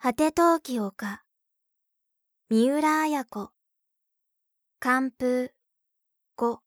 果て陶器丘、三浦綾子、寒風、5。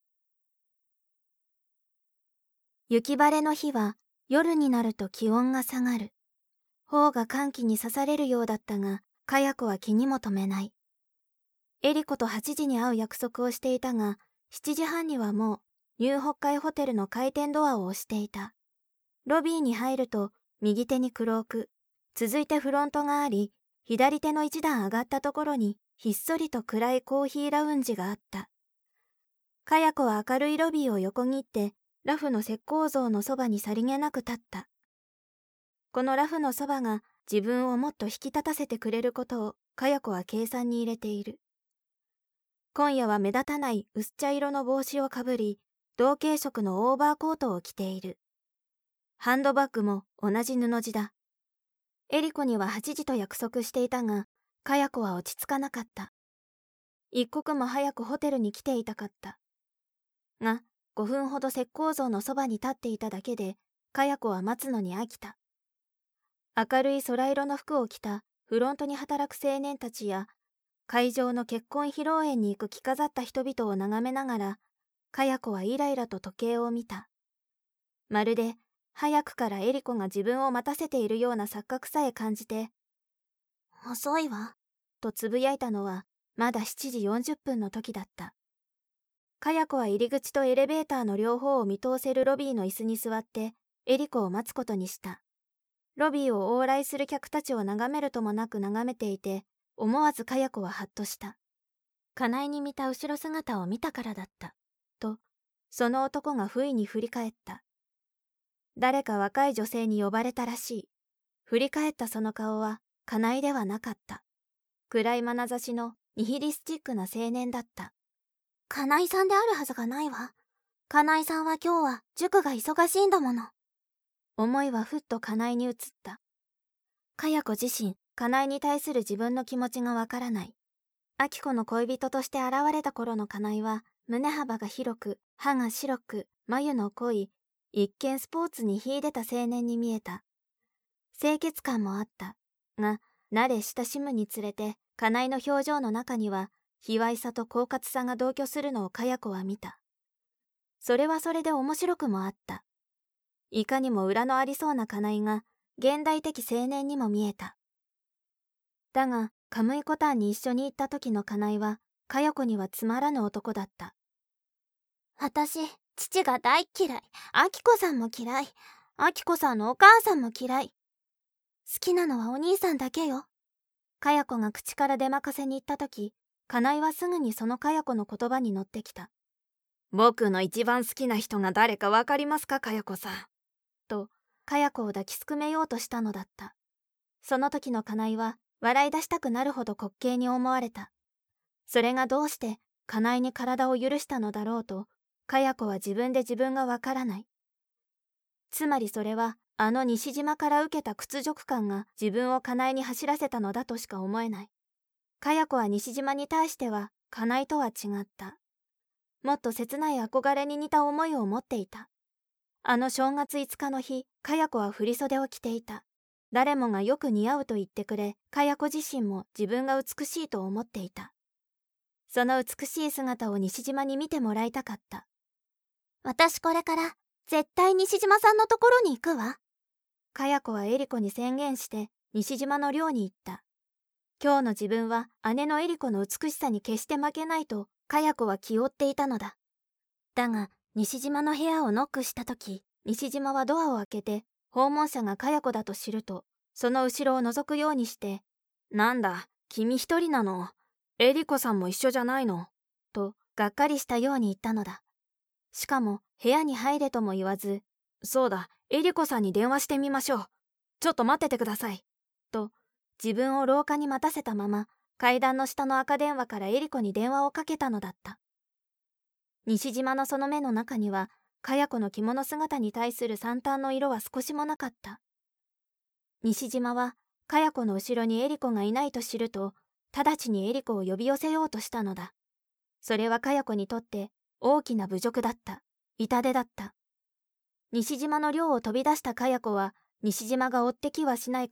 雪晴れの日は夜になると気温が下がる。頬が寒気に刺されるようだったが、かや子は気にも留めない。エリコと8時に会う約束をしていたが、7時半にはもうニュー北海ホテルの開店ドアを押していた。ロビーに入ると右手にクローク、続いてフロントがあり、左手の一段上がったところにひっそりと暗いコーヒーラウンジがあった。かや子は明るいロビーを横切ってラフの石膏像のそばにさりげなく立った。このラフのそばが自分をもっと引き立たせてくれることをかや子は計算に入れている。今夜は目立たない薄茶色の帽子をかぶり、同系色のオーバーコートを着ている。ハンドバッグも同じ布地だ。エリコには8時と約束していたが、かや子は落ち着かなかった。一刻も早くホテルに来ていたかった。が、5分ほど石膏像のそばに立っていただけで、かや子は待つのに飽きた。明るい空色の服を着たフロントに働く青年たちや、会場の結婚披露宴に行く着飾った人々を眺めながら、かや子はイライラと時計を見た。まるで、早くからエリコが自分を待たせているような錯覚さえ感じて、遅いわ、とつぶやいたのは、まだ7時40分の時だった。かや子は入り口とエレベーターの両方を見通せるロビーの椅子に座って、エリコを待つことにした。ロビーを往来する客たちを眺めるともなく眺めていて、思わずかや子はハッとした。家内に見た後ろ姿を見たからだった。と、その男が不意に振り返った。誰か若い女性に呼ばれたらしい。振り返ったその顔は、家内ではなかった。暗い眼差しのニヒリスチックな青年だった。家内さんであるはずがないわ。家内さんは今日は塾が忙しいんだもの。思いはふっと家内に移った。かや子自身、家内に対する自分の気持ちがわからない。明子の恋人として現れた頃の家内は、胸幅が広く、歯が白く、眉の濃い、一見スポーツに秀でた青年に見えた。清潔感もあった。が、慣れ親しむにつれて、家内の表情の中には、卑猥さと狡猾さが同居するのをかや子は見た。それはそれで面白くもあった。いかにも裏のありそうな家内が、現代的青年にも見えた。だが、カムイコタンに一緒に行った時の家内は、かや子にはつまらぬ男だった。私、父が大嫌い。明子さんも嫌い。明子さんのお母さんも嫌い。好きなのはお兄さんだけよ。かや子が口から出まかせに言った時、家内はすぐにそのかや子の言葉に乗ってきた。僕の一番好きな人が誰かわかりますか、かや子さん。と、かや子を抱きすくめようとしたのだった。その時の家内は、笑い出したくなるほど滑稽に思われた。それがどうして家内に体を許したのだろうと、かや子は自分で自分がわからない。つまりそれは、あの西島から受けた屈辱感が自分を家内に走らせたのだとしか思えない。かや子は西島に対しては、家内とは違った。もっと切ない憧れに似た思いを持っていた。あの正月5日の日、かや子は振袖を着ていた。誰もがよく似合うと言ってくれ、かや子自身も自分が美しいと思っていた。その美しい姿を西島に見てもらいたかった。私これから絶対西島さんのところに行くわ。かや子はエリコに宣言して西島の寮に行った。今日の自分は姉のエリコの美しさに決して負けないとかや子は気負っていたのだ。だが西島の部屋をノックした時、西島はドアを開けて訪問者がかや子だと知ると、その後ろを覗くようにして「なんだ、君一人なの？エリコさんも一緒じゃないの？」とがっかりしたように言ったのだ。しかも部屋に入れとも言わず「そうだ、エリコさんに電話してみましょう。ちょっと待っててください」と自分を廊下に待たせたまま階段の下の赤電話からエリコに電話をかけたのだった。西島のその目の中にはかや子の着物姿に対する惨憺の色は少しもなかった。西島はかや子の後ろにエリコがいないと知ると、直ちにエリコを呼び寄せようとしたのだ。それはかや子にとって大きな侮辱だった。痛手だった。西島の寮を飛び出したかや子は、西島が追ってきはしないかと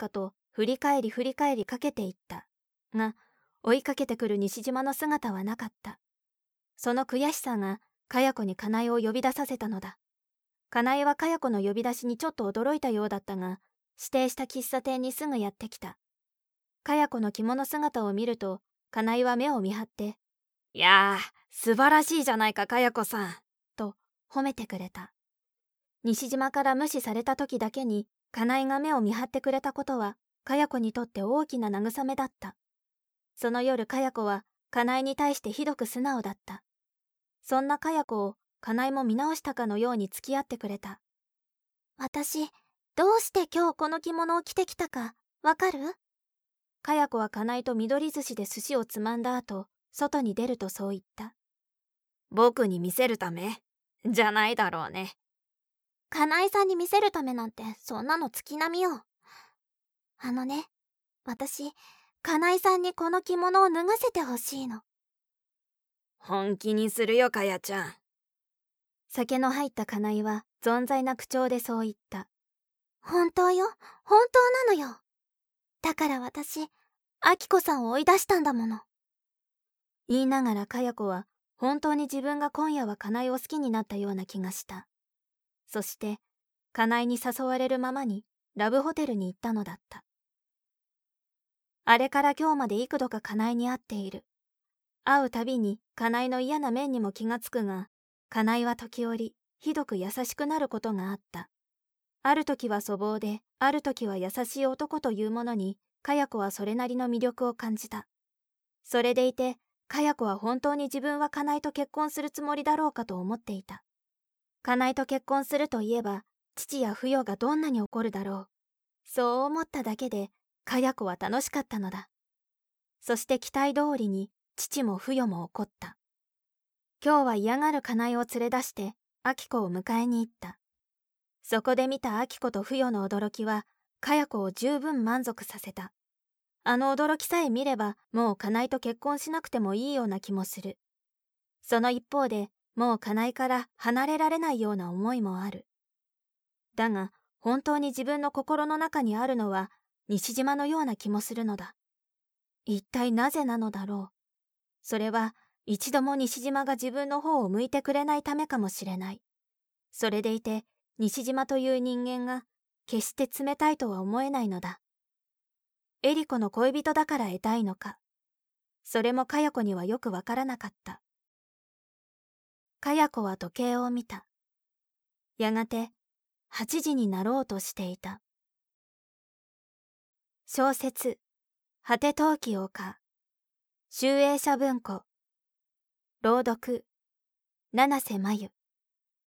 振り返りかけていった。が、追いかけてくる西島の姿はなかった。その悔しさが、かや子にかなえを呼び出させたのだ。かなえはかや子の呼び出しにちょっと驚いたようだったが、指定した喫茶店にすぐやってきた。かや子の着物姿を見ると、かなえは目を見張って、いやー、素晴らしいじゃないか、かや子さん、と褒めてくれた。西島から無視された時だけに、かなえが目を見張ってくれたことは、かや子にとって大きな慰めだった。その夜、かや子は、かなえに対してひどく素直だった。そんなかや子を、かなえも見直したかのように付き合ってくれた。私、どうして今日この着物を着てきたか、わかる？かや子はかなえと緑寿司で寿司をつまんだ後、外に出るとそう言った。僕に見せるため？じゃないだろうね。かなえさんに見せるためなんて、そんなの月並みよ。私、かなえさんにこの着物を脱がせてほしいの。本気にするよ、かやちゃん。酒の入ったかなえは存在な口調でそう言った。本当よ、本当なのよ。だから私、あきこさんを追い出したんだもの。言いながらかや子は本当に自分が今夜はかなえを好きになったような気がした。そしてかなえに誘われるままにラブホテルに行ったのだった。あれから今日まで幾度かかなえに会っている。会うたびにかなえの嫌な面にも気がつくが、かなえは時折ひどく優しくなることがあった。ある時は粗暴で、ある時は優しい男というものに、かや子はそれなりの魅力を感じた。それでいて、かや子は本当に自分はかなえと結婚するつもりだろうかと思っていた。かなえと結婚するといえば、父や不与がどんなに怒るだろう。そう思っただけで、かや子は楽しかったのだ。そして期待通りに、父も不与も怒った。今日は嫌がるかなえを連れ出して、あき子を迎えに行った。そこで見たあき子と不与の驚きは、かや子を十分満足させた。あの驚きさえ見れば、もうかなえと結婚しなくてもいいような気もする。その一方で、もうかなえから離れられないような思いもある。だが、本当に自分の心の中にあるのは、西島のような気もするのだ。一体なぜなのだろう。それは、一度も西島が自分の方を向いてくれないためかもしれない。それでいて、西島という人間が決して冷たいとは思えないのだ。エリコの恋人だから得たいのか。それもかや子にはよくわからなかった。かや子は時計を見た。やがて8時になろうとしていた。小説果て陶器丘、集英社文庫、朗読七瀬まゆ。